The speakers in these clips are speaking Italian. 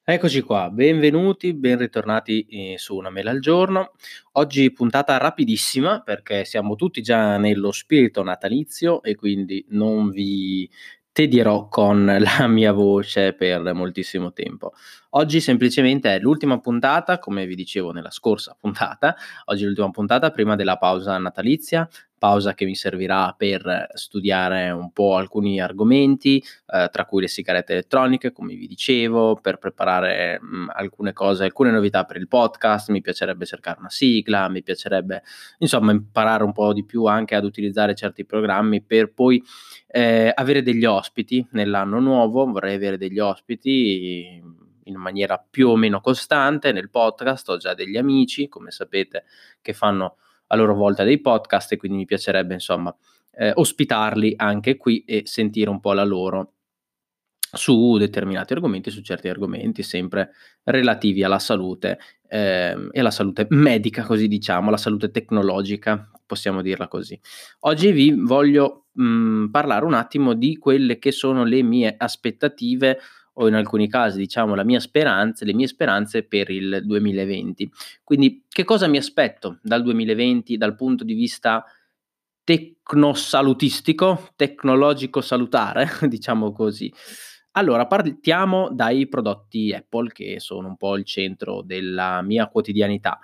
Eccoci qua, benvenuti, ben ritornati, su Una mela al giorno. Oggi puntata rapidissima perché siamo tutti già nello spirito natalizio e quindi non vi tedierò con la mia voce per moltissimo tempo. Oggi semplicemente è l'ultima puntata, come vi dicevo nella scorsa puntata, oggi è l'ultima puntata prima della pausa natalizia, pausa che mi servirà per studiare un po' alcuni argomenti, tra cui le sigarette elettroniche, come vi dicevo, per preparare, alcune cose, alcune novità per il podcast, mi piacerebbe cercare una sigla, mi piacerebbe insomma imparare un po' di più anche ad utilizzare certi programmi per poi, avere degli ospiti nell'anno nuovo, vorrei avere degli ospiti in maniera più o meno costante nel podcast. Ho già degli amici, come sapete, che fanno a loro volta dei podcast e quindi mi piacerebbe insomma, ospitarli anche qui e sentire un po' la loro su determinati argomenti, su certi argomenti sempre relativi alla salute, e alla salute medica, così diciamo, alla salute tecnologica, possiamo dirla così. Oggi vi voglio, parlare un attimo di quelle che sono le mie aspettative o in alcuni casi diciamo la mia speranze le mie speranze per il 2020. Quindi che cosa mi aspetto dal 2020 dal punto di vista tecnosalutistico, tecnologico salutare, diciamo così. Allora, partiamo dai prodotti Apple, che sono un po' il centro della mia quotidianità.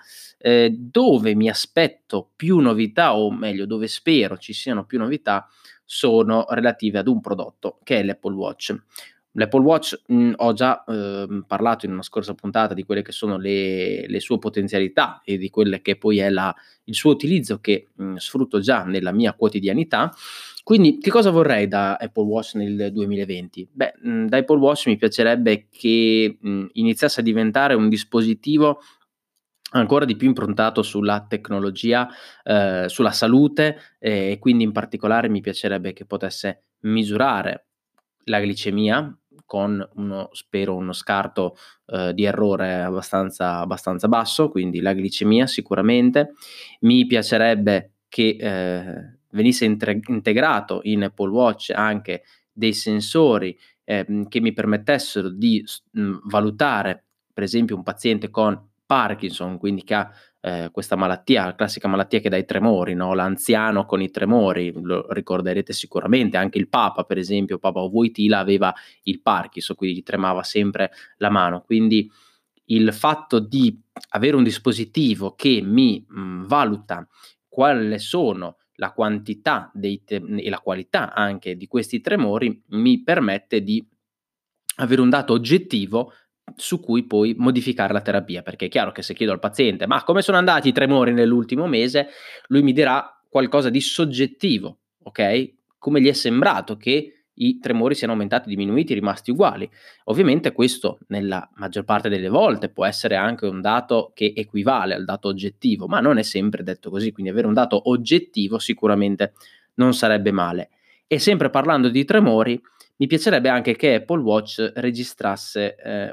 Dove mi aspetto più novità, o meglio, dove spero ci siano più novità, sono relative ad un prodotto, che è l'Apple Watch. L'Apple Watch, ho già, parlato in una scorsa puntata di quelle che sono le sue potenzialità e di quelle che poi è il suo utilizzo che, sfrutto già nella mia quotidianità. Quindi che cosa vorrei da Apple Watch nel 2020? Beh, da Apple Watch mi piacerebbe che, iniziasse a diventare un dispositivo ancora di più improntato sulla tecnologia, sulla salute, e quindi in particolare mi piacerebbe che potesse misurare la glicemia con uno scarto, di errore abbastanza basso, quindi la glicemia sicuramente. Mi piacerebbe che, venisse integrato in Apple Watch anche dei sensori, che mi permettessero di valutare per esempio un paziente con Parkinson, quindi che ha, questa malattia, la classica malattia che dà i tremori, no, l'anziano con i tremori, lo ricorderete sicuramente, anche il Papa per esempio, Papa Wojtyla aveva il Parkinson, quindi gli tremava sempre la mano. Quindi il fatto di avere un dispositivo che mi, valuta quale sono la quantità e la qualità anche di questi tremori, mi permette di avere un dato oggettivo su cui poi modificare la terapia, perché è chiaro che se chiedo al paziente: "Ma come sono andati i tremori nell'ultimo mese?" Lui mi dirà qualcosa di soggettivo, okay, come gli è sembrato che i tremori siano aumentati, diminuiti, rimasti uguali. Ovviamente questo nella maggior parte delle volte può essere anche un dato che equivale al dato oggettivo, ma non è sempre detto così, quindi avere un dato oggettivo sicuramente non sarebbe male. E sempre parlando di tremori, mi piacerebbe anche che Apple Watch registrasse,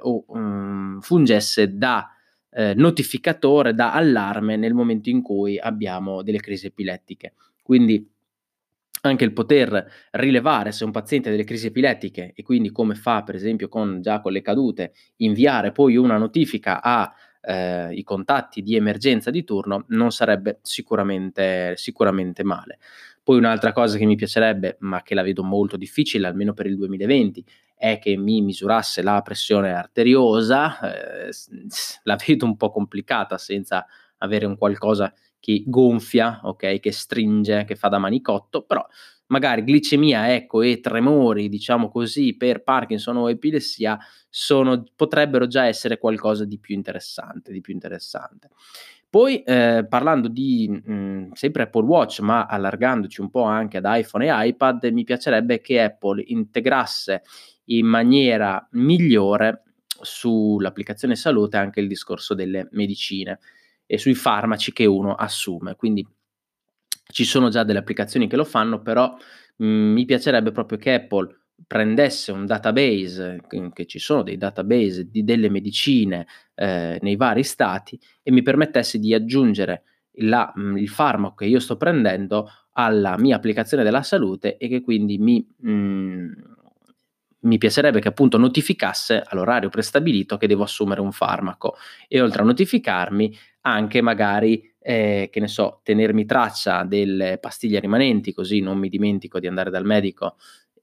fungesse da, notificatore, da allarme nel momento in cui abbiamo delle crisi epilettiche. Quindi anche il poter rilevare se un paziente ha delle crisi epilettiche e quindi come fa per esempio con le cadute, inviare poi una notifica a, i contatti di emergenza di turno, non sarebbe sicuramente male. Poi un'altra cosa che mi piacerebbe, ma che la vedo molto difficile, almeno per il 2020, è che mi misurasse la pressione arteriosa, la vedo un po' complicata senza avere un qualcosa che gonfia, okay, che stringe, che fa da manicotto, però magari glicemia, ecco, e tremori, diciamo così, per Parkinson o epilessia potrebbero già essere qualcosa di più interessante. Poi, parlando di, sempre Apple Watch, ma allargandoci un po' anche ad iPhone e iPad, mi piacerebbe che Apple integrasse in maniera migliore sull'applicazione salute anche il discorso delle medicine e sui farmaci che uno assume. Quindi ci sono già delle applicazioni che lo fanno, però, mi piacerebbe proprio che Apple prendesse un database, che ci sono dei database delle medicine, nei vari stati e mi permettesse di aggiungere il farmaco che io sto prendendo alla mia applicazione della salute e che quindi mi piacerebbe che appunto notificasse all'orario prestabilito che devo assumere un farmaco e oltre a notificarmi anche magari, che ne so, tenermi traccia delle pastiglie rimanenti, così non mi dimentico di andare dal medico,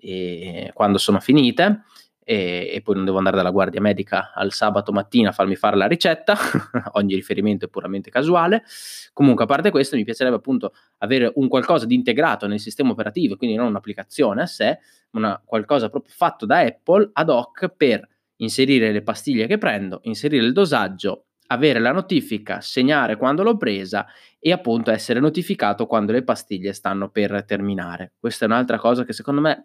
quando sono finite, e poi non devo andare dalla guardia medica al sabato mattina a farmi fare la ricetta, ogni riferimento è puramente casuale. Comunque a parte questo mi piacerebbe appunto avere un qualcosa di integrato nel sistema operativo, quindi non un'applicazione a sé, ma qualcosa proprio fatto da Apple ad hoc per inserire le pastiglie che prendo, inserire il dosaggio, avere la notifica, segnare quando l'ho presa e appunto essere notificato quando le pastiglie stanno per terminare. Questa è un'altra cosa che secondo me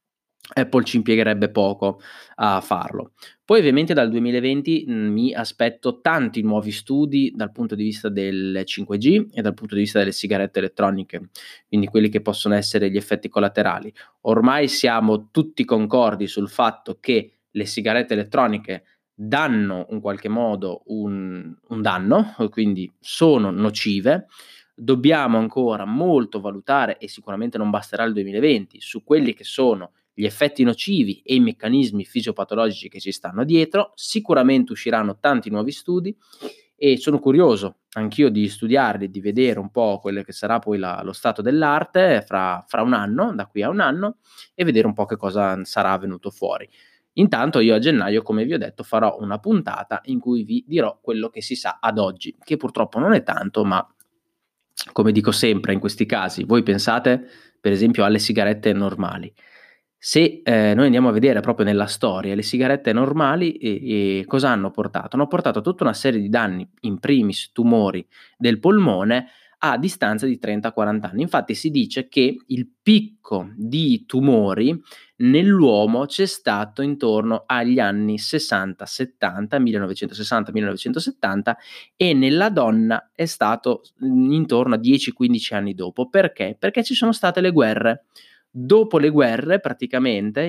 Apple ci impiegherebbe poco a farlo. Poi ovviamente dal 2020, mi aspetto tanti nuovi studi dal punto di vista del 5G e dal punto di vista delle sigarette elettroniche, quindi quelli che possono essere gli effetti collaterali. Ormai siamo tutti concordi sul fatto che le sigarette elettroniche danno in qualche modo un danno, quindi sono nocive. Dobbiamo ancora molto valutare, e sicuramente non basterà il 2020, su quelli che sono gli effetti nocivi e i meccanismi fisiopatologici che ci stanno dietro. Sicuramente usciranno tanti nuovi studi e sono curioso anch'io di studiarli, di vedere un po' quelle che sarà poi lo stato dell'arte fra un anno, da qui a un anno, e vedere un po' che cosa sarà venuto fuori. Intanto io a gennaio, come vi ho detto, farò una puntata in cui vi dirò quello che si sa ad oggi, che purtroppo non è tanto, ma come dico sempre in questi casi, voi pensate per esempio alle sigarette normali. Se, noi andiamo a vedere proprio nella storia, le sigarette normali, cosa hanno portato? Hanno portato tutta una serie di danni, in primis tumori del polmone, a distanza di 30, 40 anni. Infatti si dice che il picco di tumori nell'uomo c'è stato intorno agli anni 60, 70, 1960, 1970, e nella donna è stato, intorno a 10, 15 anni dopo. Perché? Perché ci sono state le guerre. Dopo le guerre praticamente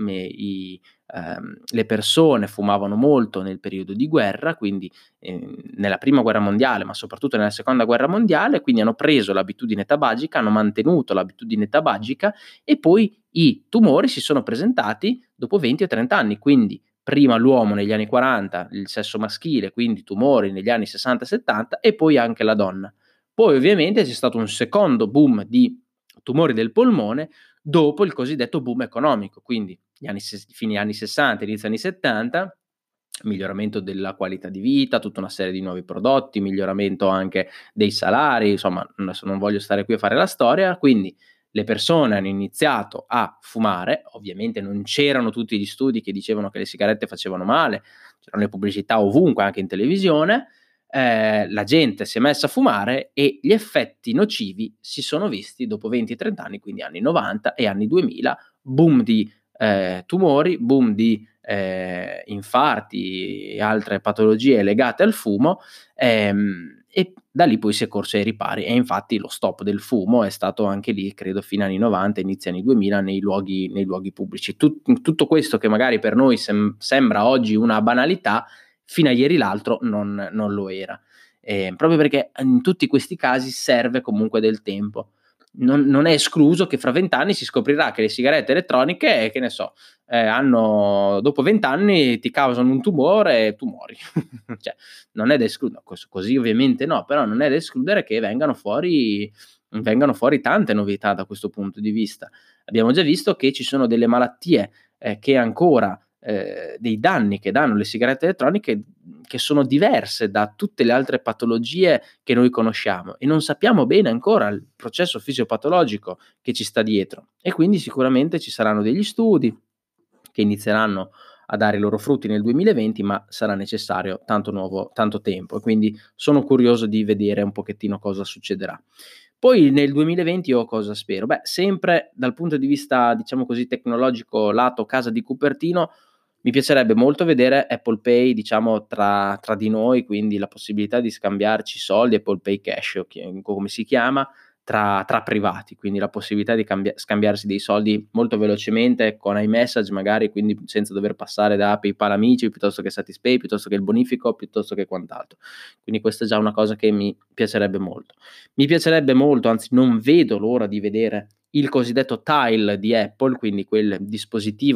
le persone fumavano molto nel periodo di guerra, quindi, nella prima guerra mondiale, ma soprattutto nella seconda guerra mondiale, quindi hanno preso l'abitudine tabagica, hanno mantenuto l'abitudine tabagica e poi i tumori si sono presentati dopo 20 o 30 anni. Quindi prima l'uomo negli anni 40, il sesso maschile, quindi tumori negli anni 60 e 70 e poi anche la donna. Poi ovviamente c'è stato un secondo boom di tumori del polmone dopo il cosiddetto boom economico, quindi gli anni fine anni 60, inizio anni 70, miglioramento della qualità di vita, tutta una serie di nuovi prodotti, miglioramento anche dei salari, insomma, adesso non voglio stare qui a fare la storia, quindi le persone hanno iniziato a fumare, ovviamente non c'erano tutti gli studi che dicevano che le sigarette facevano male, c'erano le pubblicità ovunque, anche in televisione, la gente si è messa a fumare e gli effetti nocivi si sono visti dopo 20, 30 anni, quindi anni 90 e anni 2000, boom di tumori, boom di infarti e altre patologie legate al fumo, e da lì poi si è corso ai ripari e infatti lo stop del fumo è stato anche lì, credo fine anni 90, inizi anni 2000 nei luoghi pubblici. Tutto questo che magari per noi sembra oggi una banalità, fino a ieri l'altro non lo era. Proprio perché in tutti questi casi serve comunque del tempo. Non è escluso che fra 20 anni si scoprirà che le sigarette elettroniche, che ne so, hanno dopo 20 anni ti causano un tumore e tu muori. Cioè, non è da escludere, così ovviamente no, però non è da escludere che vengano fuori tante novità da questo punto di vista. Abbiamo già visto che ci sono delle malattie, che ancora dei danni che danno le sigarette elettroniche che sono diverse da tutte le altre patologie che noi conosciamo e non sappiamo bene ancora il processo fisiopatologico che ci sta dietro e quindi sicuramente ci saranno degli studi che inizieranno a dare i loro frutti nel 2020, ma sarà necessario tanto tempo e quindi sono curioso di vedere un pochettino cosa succederà. Poi nel 2020 io cosa spero? Beh, sempre dal punto di vista, diciamo così, tecnologico, lato casa di Cupertino, mi piacerebbe molto vedere Apple Pay, diciamo, tra di noi, quindi la possibilità di scambiarci soldi, Apple Pay Cash o come si chiama, tra privati, quindi la possibilità di scambiarsi dei soldi molto velocemente con iMessage magari, quindi senza dover passare da PayPal Amici, piuttosto che Satispay, piuttosto che il bonifico, piuttosto che quant'altro. Quindi questa è già una cosa che mi piacerebbe molto. Mi piacerebbe molto, anzi non vedo l'ora di vedere il cosiddetto Tile di Apple, quindi quel dispositivo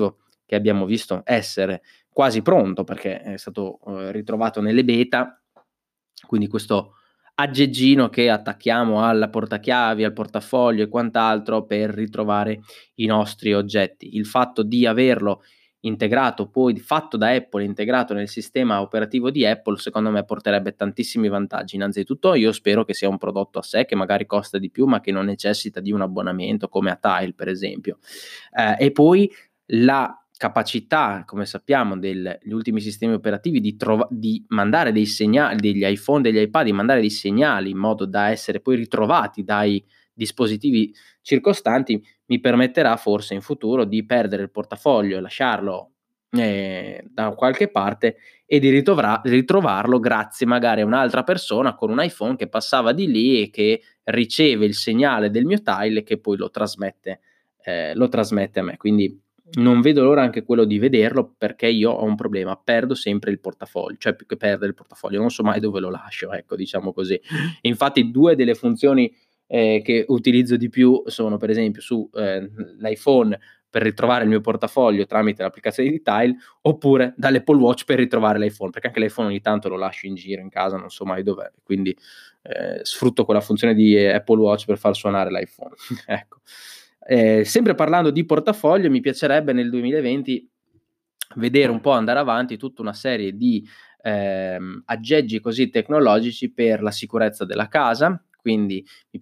che abbiamo visto essere quasi pronto perché è stato, ritrovato nelle beta, quindi questo aggeggino che attacchiamo al portachiavi, al portafoglio e quant'altro per ritrovare i nostri oggetti. Il fatto di averlo integrato poi fatto da Apple, integrato nel sistema operativo di Apple, secondo me porterebbe tantissimi vantaggi. Innanzitutto io spero che sia un prodotto a sé, che magari costa di più, ma che non necessita di un abbonamento come a Tile per esempio. E poi la capacità, come sappiamo, gli ultimi sistemi operativi di mandare dei segnali, degli iPhone, degli iPad, di mandare dei segnali in modo da essere poi ritrovati dai dispositivi circostanti, mi permetterà forse in futuro di perdere il portafoglio e lasciarlo, da qualche parte e di ritrovarlo grazie magari a un'altra persona con un iPhone che passava di lì e che riceve il segnale del mio Tile e che poi lo trasmette a me. Quindi non vedo l'ora anche quello di vederlo, perché io ho un problema: perdo sempre il portafoglio, cioè più che perdere il portafoglio, non so mai dove lo lascio, ecco, diciamo così. E infatti 2 delle funzioni, che utilizzo di più sono per esempio su, l'iPhone per ritrovare il mio portafoglio tramite l'applicazione di Tile, oppure dall'Apple Watch per ritrovare l'iPhone, perché anche l'iPhone ogni tanto lo lascio in giro in casa, non so mai dov'è, quindi, sfrutto quella funzione di Apple Watch per far suonare l'iPhone, ecco. Sempre parlando di portafoglio, mi piacerebbe nel 2020 vedere un po' andare avanti tutta una serie di, aggeggi così tecnologici per la sicurezza della casa, quindi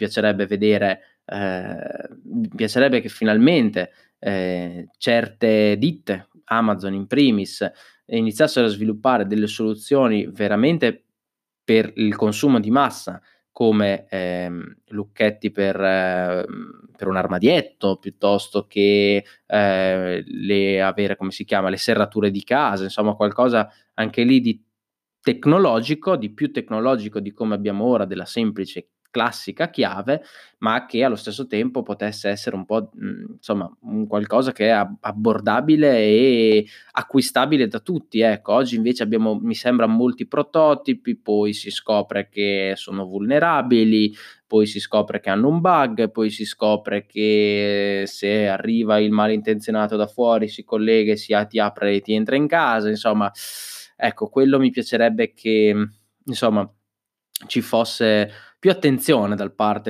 mi piacerebbe che finalmente, certe ditte, Amazon in primis, iniziassero a sviluppare delle soluzioni veramente per il consumo di massa, come, lucchetti per un armadietto, piuttosto che, le avere come si chiama, le serrature di casa, insomma qualcosa anche lì di tecnologico, di più tecnologico di come abbiamo ora della semplice classica chiave, ma che allo stesso tempo potesse essere un po', insomma, un qualcosa che è abbordabile e acquistabile da tutti, ecco. Oggi invece abbiamo, mi sembra, molti prototipi, poi si scopre che sono vulnerabili, poi si scopre che hanno un bug, poi si scopre che se arriva il malintenzionato da fuori si collega e ti apre e ti entra in casa, insomma, ecco, quello mi piacerebbe che, insomma, ci fosse più attenzione dal parte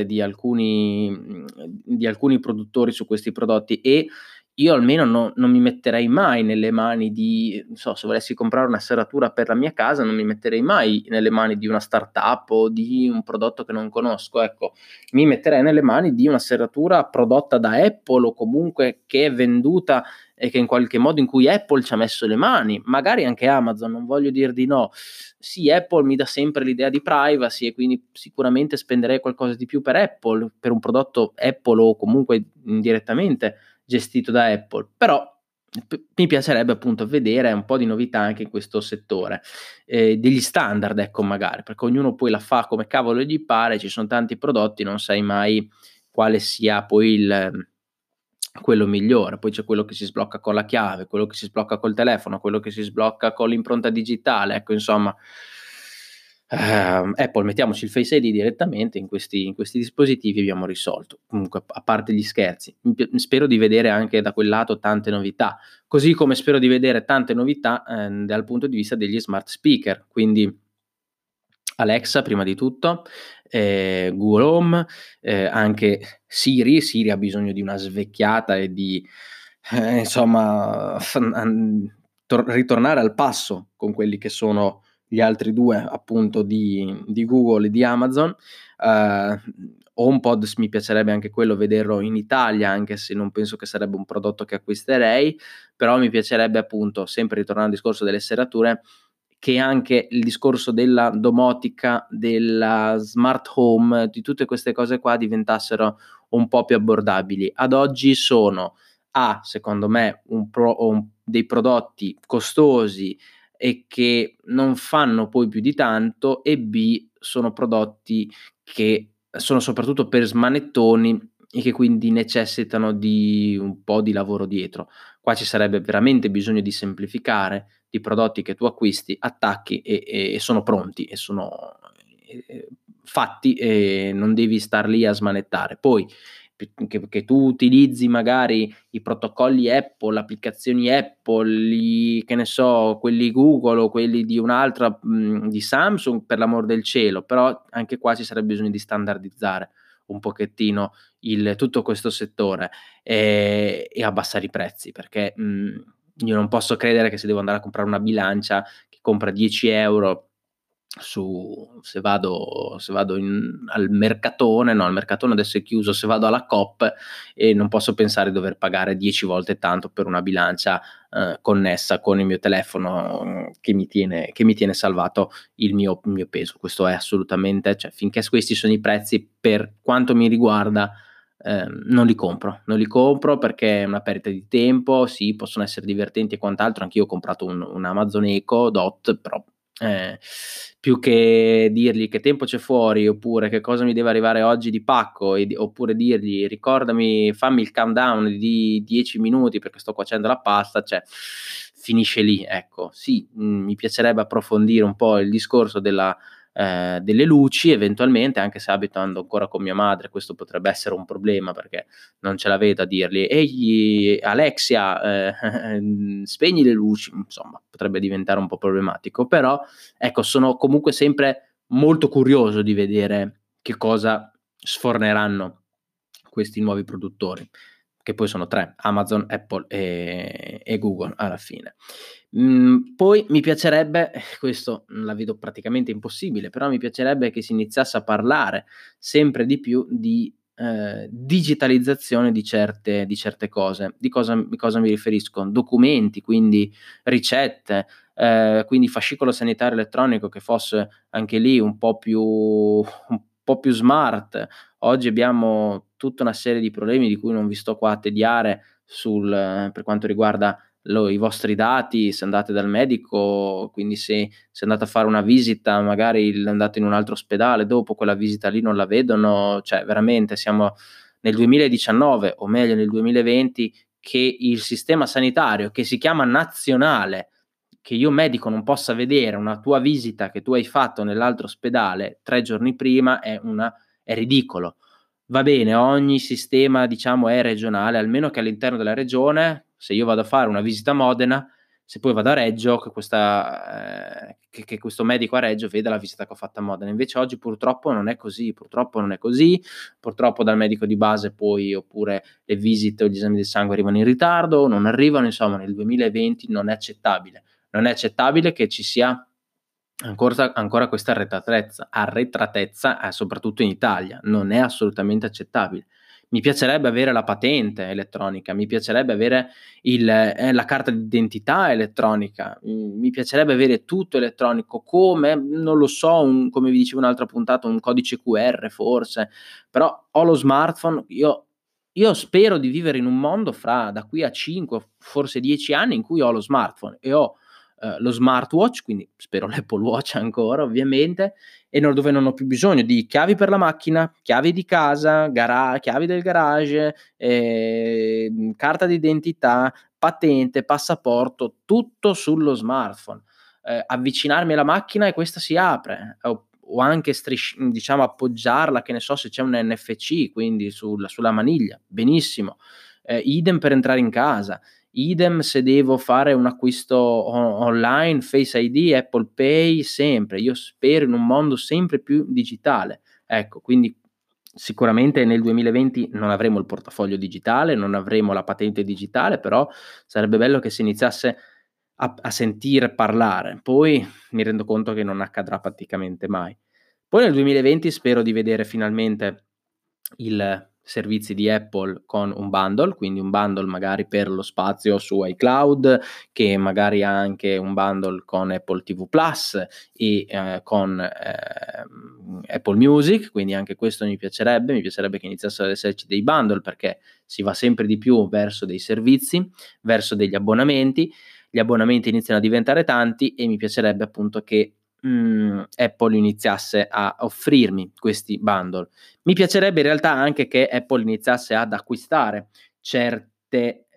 di alcuni produttori su questi prodotti e io almeno non mi metterei mai nelle mani di, non so, se volessi comprare una serratura per la mia casa, non mi metterei mai nelle mani di una startup o di un prodotto che non conosco, ecco. Mi metterei nelle mani di una serratura prodotta da Apple o comunque che è venduta e che in qualche modo in cui Apple ci ha messo le mani, magari anche Amazon, non voglio dir di no. Sì, Apple mi dà sempre l'idea di privacy e quindi sicuramente spenderei qualcosa di più per Apple, per un prodotto Apple o comunque indirettamente gestito da Apple, però mi piacerebbe appunto vedere un po' di novità anche in questo settore, degli standard ecco magari, perché ognuno poi la fa come cavolo gli pare, ci son tanti prodotti, non sai mai quale sia poi quello migliore. Poi c'è quello che si sblocca con la chiave, quello che si sblocca col telefono, quello che si sblocca con l'impronta digitale, ecco insomma, Apple mettiamoci il Face ID direttamente in questi dispositivi abbiamo risolto. Comunque a parte gli scherzi, spero di vedere anche da quel lato tante novità, così come spero di vedere tante novità, dal punto di vista degli smart speaker, quindi Alexa prima di tutto, Google Home, anche Siri ha bisogno di una svecchiata e di, insomma f an tor ritornare al passo con quelli che sono gli altri 2 appunto di Google e di Amazon. Uhm, HomePod mi piacerebbe anche quello vederlo in Italia, anche se non penso che sarebbe un prodotto che acquisterei, però mi piacerebbe appunto, sempre ritornando al discorso delle serrature, che anche il discorso della domotica, della smart home, di tutte queste cose qua diventassero un po' più abbordabili. Ad oggi sono A, secondo me dei prodotti costosi e che non fanno poi più di tanto e B, sono prodotti che sono soprattutto per smanettoni e che quindi necessitano di un po' di lavoro dietro. Qua ci sarebbe veramente bisogno di semplificare, di prodotti che tu acquisti, attacchi e sono pronti e sono, ehm, fatti e non devi star lì a smanettare. Poi che tu utilizzi magari i protocolli Apple, applicazioni Apple, che ne so, quelli Google o quelli di un'altra, di Samsung, per l'amor del cielo, però anche qua ci sarebbe bisogno di standardizzare un pochettino tutto questo settore, e abbassare i prezzi, perché io non posso credere che se devo andare a comprare una bilancia che compra 10 € se vado al mercatone, no, al mercatone adesso è chiuso, se vado alla Coop, e non posso pensare di dover pagare 10 volte tanto per una bilancia connessa con il mio telefono, che mi tiene salvato il mio peso. Questo è assolutamente, cioè, finché questi sono i prezzi, per quanto mi riguarda, non li compro perché è una perdita di tempo. Sì, possono essere divertenti e quant'altro, anch'io ho comprato un Amazon Echo Dot, però più che dirgli che tempo c'è fuori, oppure che cosa mi deve arrivare oggi di pacco, oppure dirgli ricordami, fammi il countdown di 10 minuti perché sto cuocendo la pasta, cioè finisce lì, ecco. Sì, mi piacerebbe approfondire un po' il discorso delle luci eventualmente, anche se abitando ancora con mia madre questo potrebbe essere un problema, perché non ce la vedo a dirgli: "Ehi Alexia, spegni le luci", insomma potrebbe diventare un po' problematico, però ecco, sono comunque sempre molto curioso di vedere che cosa sforneranno questi nuovi produttori, che poi sono 3: Amazon, Apple e Google alla fine. Poi mi piacerebbe, questo la vedo praticamente impossibile, però mi piacerebbe che si iniziasse a parlare sempre di più di digitalizzazione di certe cose. Di cosa mi riferisco? Documenti, quindi ricette, quindi fascicolo sanitario elettronico che fosse anche lì un po' più smart. Oggi abbiamo tutta una serie di problemi di cui non vi sto qua a tediare per quanto riguarda i vostri dati, se andate dal medico, quindi se andate a fare una visita, magari andate in un altro ospedale, dopo quella visita lì non la vedono, cioè veramente siamo nel 2019, o meglio nel 2020, che il sistema sanitario, che si chiama nazionale, che io medico non possa vedere una tua visita che tu hai fatto nell'altro ospedale 3 giorni prima, è ridicolo. Va bene, ogni sistema diciamo è regionale, almeno che all'interno della regione, se io vado a fare una visita a Modena, se poi vado a Reggio, che questo medico a Reggio veda la visita che ho fatto a Modena. Invece oggi purtroppo non è così, purtroppo dal medico di base poi, oppure le visite o gli esami del sangue arrivano in ritardo, non arrivano, insomma nel 2020 non è accettabile. Non è accettabile che ci sia ancora questa arretratezza, soprattutto in Italia. Non è assolutamente accettabile. Mi piacerebbe avere la patente elettronica, mi piacerebbe avere la carta d'identità elettronica, mi piacerebbe avere tutto elettronico, come non lo so, come vi dicevo in un'altra puntata, un codice QR forse, però ho lo smartphone. Io spero di vivere in un mondo da qui a 5, forse 10 anni, in cui ho lo smartphone e ho lo smartwatch, quindi spero l'Apple Watch ancora ovviamente, e dove non ho più bisogno di chiavi per la macchina, chiavi di casa, chiavi del garage, carta d'identità, patente, passaporto, tutto sullo smartphone. Avvicinarmi alla macchina e questa si apre, o anche diciamo appoggiarla, che ne so, se c'è un NFC, quindi sulla maniglia, benissimo. Idem per entrare in casa. Idem se devo fare un acquisto online, Face ID, Apple Pay, sempre. Io spero in un mondo sempre più digitale. Ecco, quindi sicuramente nel 2020 non avremo il portafoglio digitale, non avremo la patente digitale, però sarebbe bello che si iniziasse a sentire parlare. Poi mi rendo conto che non accadrà praticamente mai. Poi nel 2020 spero di vedere finalmente il servizi di Apple con un bundle, quindi un bundle magari per lo spazio su iCloud, che magari ha anche un bundle con Apple TV Plus e con Apple Music, quindi anche questo mi piacerebbe che iniziassero ad esserci dei bundle, perché si va sempre di più verso dei servizi, verso degli abbonamenti. Gli abbonamenti iniziano a diventare tanti e mi piacerebbe appunto che Apple iniziasse a offrirmi questi bundle. Mi piacerebbe in realtà anche che Apple iniziasse ad acquistare certe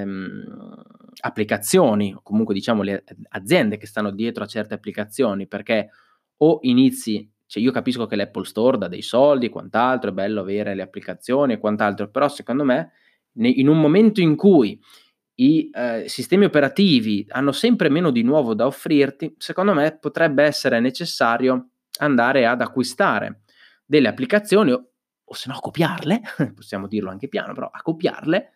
applicazioni, o comunque diciamo le aziende che stanno dietro a certe applicazioni, perché o inizi cioè io capisco che l'Apple Store dà dei soldi e quant'altro, è bello avere le applicazioni e quant'altro, però secondo me in un momento in cui i sistemi operativi hanno sempre meno di nuovo da offrirti, secondo me potrebbe essere necessario andare ad acquistare delle applicazioni o se no copiarle, possiamo dirlo anche piano, però a copiarle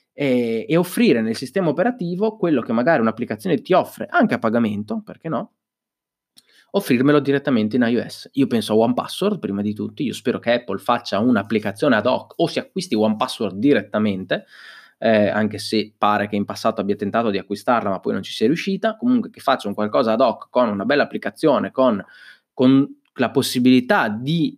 e offrire nel sistema operativo quello che magari un'applicazione ti offre, anche a pagamento, perché no, offrirmelo direttamente in iOS. Io penso a OnePassword prima di tutto, io spero che Apple faccia un'applicazione ad hoc o si acquisti OnePassword direttamente, anche se pare che in passato abbia tentato di acquistarla ma poi non ci sia riuscita, comunque che faccia un qualcosa ad hoc con una bella applicazione, con la possibilità di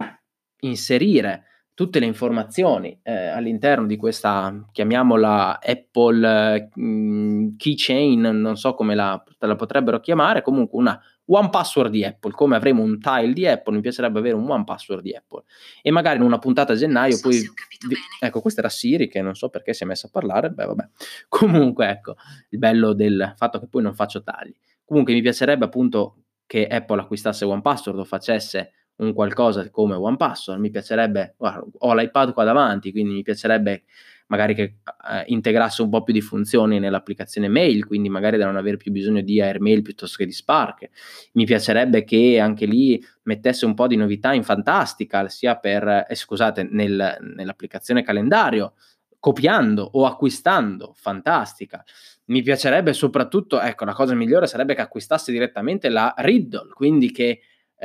inserire tutte le informazioni all'interno di questa, chiamiamola Apple keychain, non so come te la potrebbero chiamare, comunque una one password di Apple, come avremo un tile di Apple, mi piacerebbe avere un one password di Apple. E magari in una puntata a gennaio poi ecco, questa era Siri che non so perché si è messa a parlare, beh vabbè. Comunque ecco, il bello del fatto che poi non faccio tagli. Comunque mi piacerebbe appunto che Apple acquistasse one password o facesse un qualcosa come one password, mi piacerebbe, guarda, ho l'iPad qua davanti, quindi mi piacerebbe magari che integrasse un po' più di funzioni nell'applicazione mail, quindi magari da non avere più bisogno di Airmail piuttosto che di Spark. Mi piacerebbe che anche lì mettesse un po' di novità in Fantastical, sia per, scusate, nell'applicazione calendario, copiando o acquistando Fantastical. Mi piacerebbe soprattutto, ecco, la cosa migliore sarebbe che acquistasse direttamente la Riddle, quindi che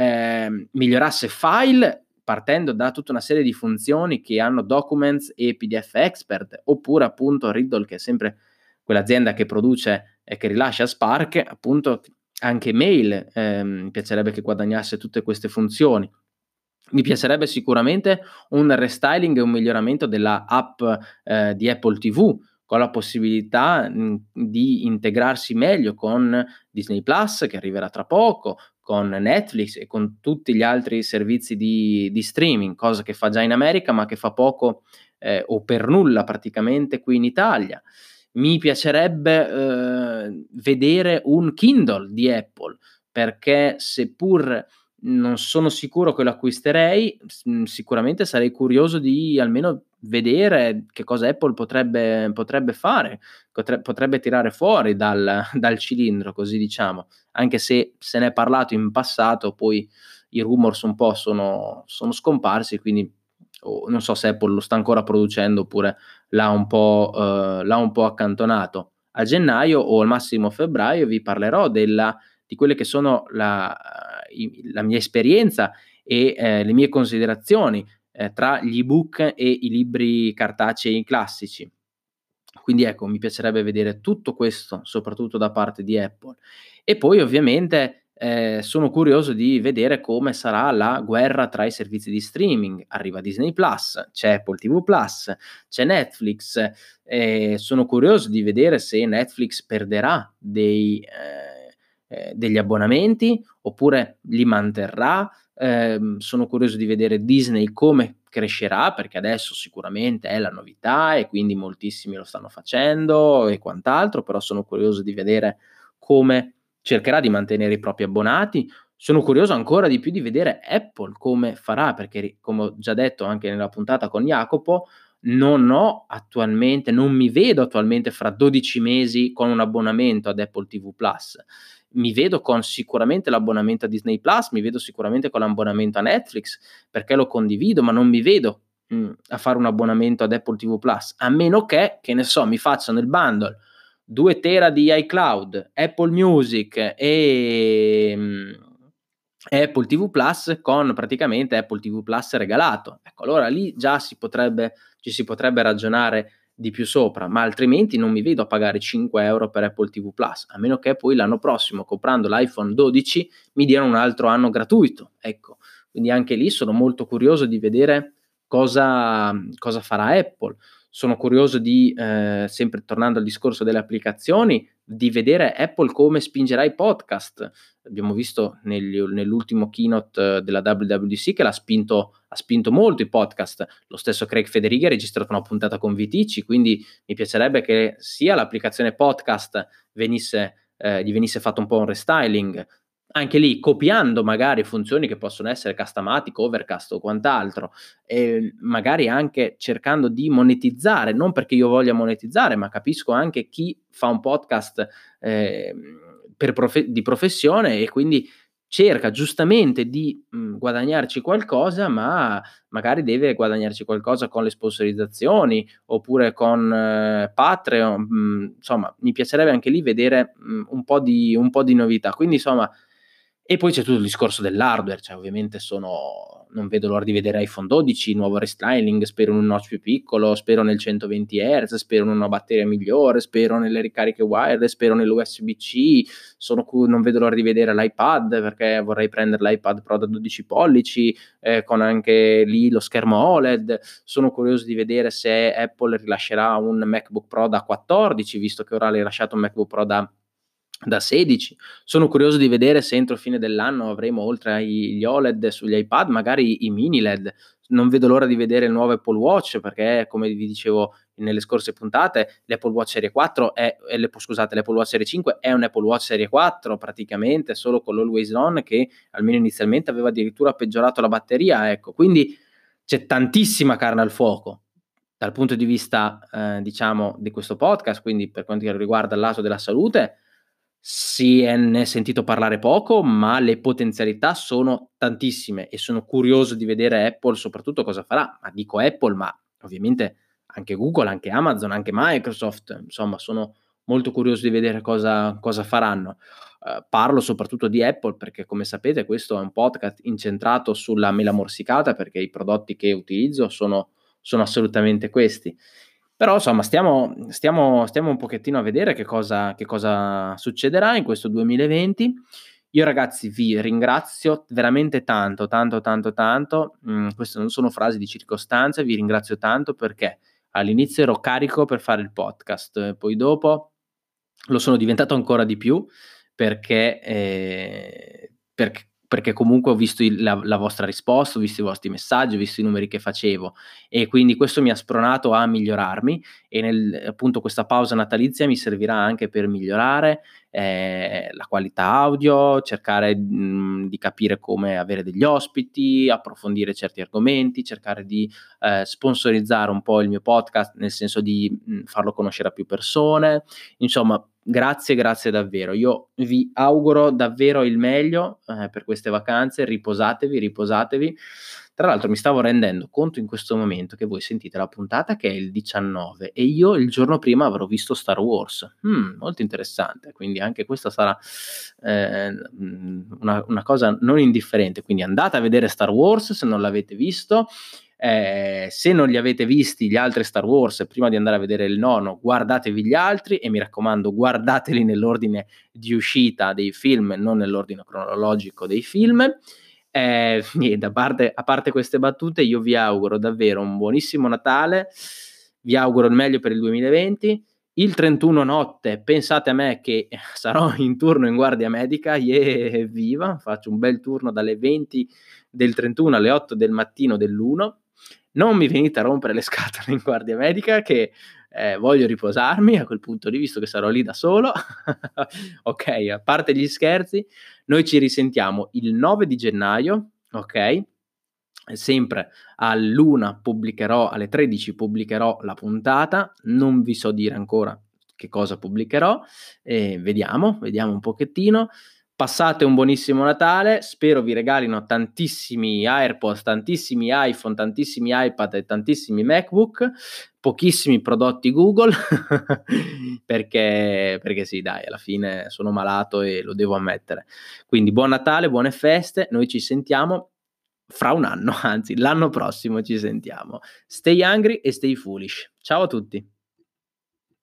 migliorasse File partendo da tutta una serie di funzioni che hanno Documents e PDF Expert, oppure appunto Riddle, che è sempre quell'azienda che produce e che rilascia Spark, appunto anche Mail, mi piacerebbe che guadagnasse tutte queste funzioni. Mi piacerebbe sicuramente un restyling e un miglioramento della app di Apple TV, con la possibilità di integrarsi meglio con Disney Plus, che arriverà tra poco, con Netflix e con tutti gli altri servizi di streaming, cosa che fa già in America ma che fa poco o per nulla praticamente qui in Italia. Mi piacerebbe vedere un Kindle di Apple, perché seppur non sono sicuro che lo acquisterei, sicuramente sarei curioso di almeno vedere che cosa Apple potrebbe fare, potrebbe tirare fuori dal cilindro, così diciamo, anche se ne è parlato in passato, poi i rumors un po' sono scomparsi, quindi non so se Apple lo sta ancora producendo oppure l'ha un po' accantonato. A gennaio o al massimo a febbraio vi parlerò di quelle che sono la mia esperienza e le mie considerazioni tra gli ebook e i libri cartacei classici. Quindi ecco, mi piacerebbe vedere tutto questo, soprattutto da parte di Apple. E poi ovviamente sono curioso di vedere come sarà la guerra tra i servizi di streaming. Arriva Disney Plus, c'è Apple TV Plus, c'è Netflix. Sono curioso di vedere se Netflix perderà degli abbonamenti oppure li manterrà. Sono curioso di vedere Disney come crescerà, perché adesso sicuramente è la novità e quindi moltissimi lo stanno facendo e quant'altro, però sono curioso di vedere come cercherà di mantenere i propri abbonati. Sono curioso ancora di più di vedere Apple come farà, perché come ho già detto anche nella puntata con Jacopo, non mi vedo attualmente fra 12 mesi con un abbonamento ad Apple TV Plus. Mi vedo con sicuramente l'abbonamento a Disney Plus, mi vedo sicuramente con l'abbonamento a Netflix, perché lo condivido, ma non mi vedo a fare un abbonamento ad Apple TV Plus, a meno che ne so, mi facciano il bundle 2 tera di iCloud, Apple Music e Apple TV Plus con praticamente Apple TV Plus regalato. Ecco, allora lì già ci si potrebbe ragionare di più sopra, ma altrimenti non mi vedo a pagare 5 euro per Apple TV Plus, a meno che poi l'anno prossimo, comprando l'iPhone 12, mi diano un altro anno gratuito. Ecco, quindi anche lì sono molto curioso di vedere cosa farà Apple. Sono curioso di, sempre tornando al discorso delle applicazioni, di vedere Apple come spingerà i podcast. Abbiamo visto nell'ultimo keynote della WWDC che ha spinto molto i podcast. Lo stesso Craig Federighi ha registrato una puntata con Vitici, quindi mi piacerebbe che sia l'applicazione podcast gli venisse fatto un po' un restyling, Anche lì copiando magari funzioni che possono essere Castamatic, Overcast o quant'altro, magari anche cercando di monetizzare, non perché io voglia monetizzare, ma capisco anche chi fa un podcast, per di professione e quindi cerca giustamente di, guadagnarci qualcosa, ma magari deve guadagnarci qualcosa con le sponsorizzazioni, oppure con Patreon, insomma mi piacerebbe anche lì vedere, un po' di novità. Quindi insomma e poi c'è tutto il discorso dell'hardware, cioè ovviamente non vedo l'ora di vedere iPhone 12, nuovo restyling, spero in un notch più piccolo, spero nel 120 Hz, spero in una batteria migliore, spero nelle ricariche wireless, spero nell'USB-C, non vedo l'ora di vedere l'iPad, perché vorrei prendere l'iPad Pro da 12 pollici, con anche lì lo schermo OLED. Sono curioso di vedere se Apple rilascerà un MacBook Pro da 14, visto che ora ha rilasciato un MacBook Pro da 16. Sono curioso di vedere se entro fine dell'anno avremo, oltre agli OLED sugli iPad, magari i mini LED. Non vedo l'ora di vedere il nuovo Apple Watch, perché come vi dicevo nelle scorse puntate, l'Apple Watch Serie 4 l'Apple Watch Serie 5 è un Apple Watch Serie 4 praticamente, solo con l'Always On, che almeno inizialmente aveva addirittura peggiorato la batteria, ecco. Quindi c'è tantissima carne al fuoco dal punto di vista, diciamo, di questo podcast. Quindi per quanto riguarda il lato della salute, ne è sentito parlare poco, ma le potenzialità sono tantissime e sono curioso di vedere Apple soprattutto cosa farà. Ma dico Apple, ma ovviamente anche Google, anche Amazon, anche Microsoft, insomma sono molto curioso di vedere cosa faranno. Parlo soprattutto di Apple perché, come sapete, questo è un podcast incentrato sulla mela morsicata, perché i prodotti che utilizzo sono assolutamente questi. Però insomma stiamo un pochettino a vedere che cosa succederà in questo 2020. Io ragazzi vi ringrazio veramente tanto, tanto, tanto, tanto. Queste non sono frasi di circostanza, vi ringrazio tanto perché all'inizio ero carico per fare il podcast, poi dopo lo sono diventato ancora di più perché comunque ho visto la vostra risposta, ho visto i vostri messaggi, ho visto i numeri che facevo e quindi questo mi ha spronato a migliorarmi e appunto questa pausa natalizia mi servirà anche per migliorare la qualità audio, cercare di capire come avere degli ospiti, approfondire certi argomenti, cercare di sponsorizzare un po' il mio podcast, nel senso di farlo conoscere a più persone. Insomma, grazie, grazie davvero. Io vi auguro davvero il meglio per queste vacanze, riposatevi, riposatevi. Tra l'altro mi stavo rendendo conto in questo momento che voi sentite la puntata che è il 19 e io il giorno prima avrò visto Star Wars. Molto interessante, quindi anche questa sarà una cosa non indifferente. Quindi andate a vedere Star Wars se non l'avete visto. Se non li avete visti gli altri Star Wars, prima di andare a vedere il nono, guardatevi gli altri e mi raccomando, guardateli nell'ordine di uscita dei film, non nell'ordine cronologico dei film. Niente, a parte queste battute, io vi auguro davvero un buonissimo Natale, vi auguro il meglio per il 2020. Il 31 notte pensate a me che sarò in turno in guardia medica, evviva, faccio un bel turno dalle 20 del 31 alle 8 del mattino dell'1. Non mi venite a rompere le scatole in guardia medica che voglio riposarmi a quel punto lì, visto che sarò lì da solo. Ok, a parte gli scherzi, noi ci risentiamo il 9 di gennaio, ok? Sempre all'1 pubblicherò, alle 13 pubblicherò la puntata, non vi so dire ancora che cosa pubblicherò, vediamo un pochettino. Passate un buonissimo Natale, spero vi regalino tantissimi AirPods, tantissimi iPhone, tantissimi iPad e tantissimi MacBook, pochissimi prodotti Google, perché sì dai, alla fine sono malato e lo devo ammettere. Quindi buon Natale, buone feste, noi ci sentiamo fra un anno, anzi l'anno prossimo ci sentiamo. Stay hungry e stay foolish. Ciao a tutti.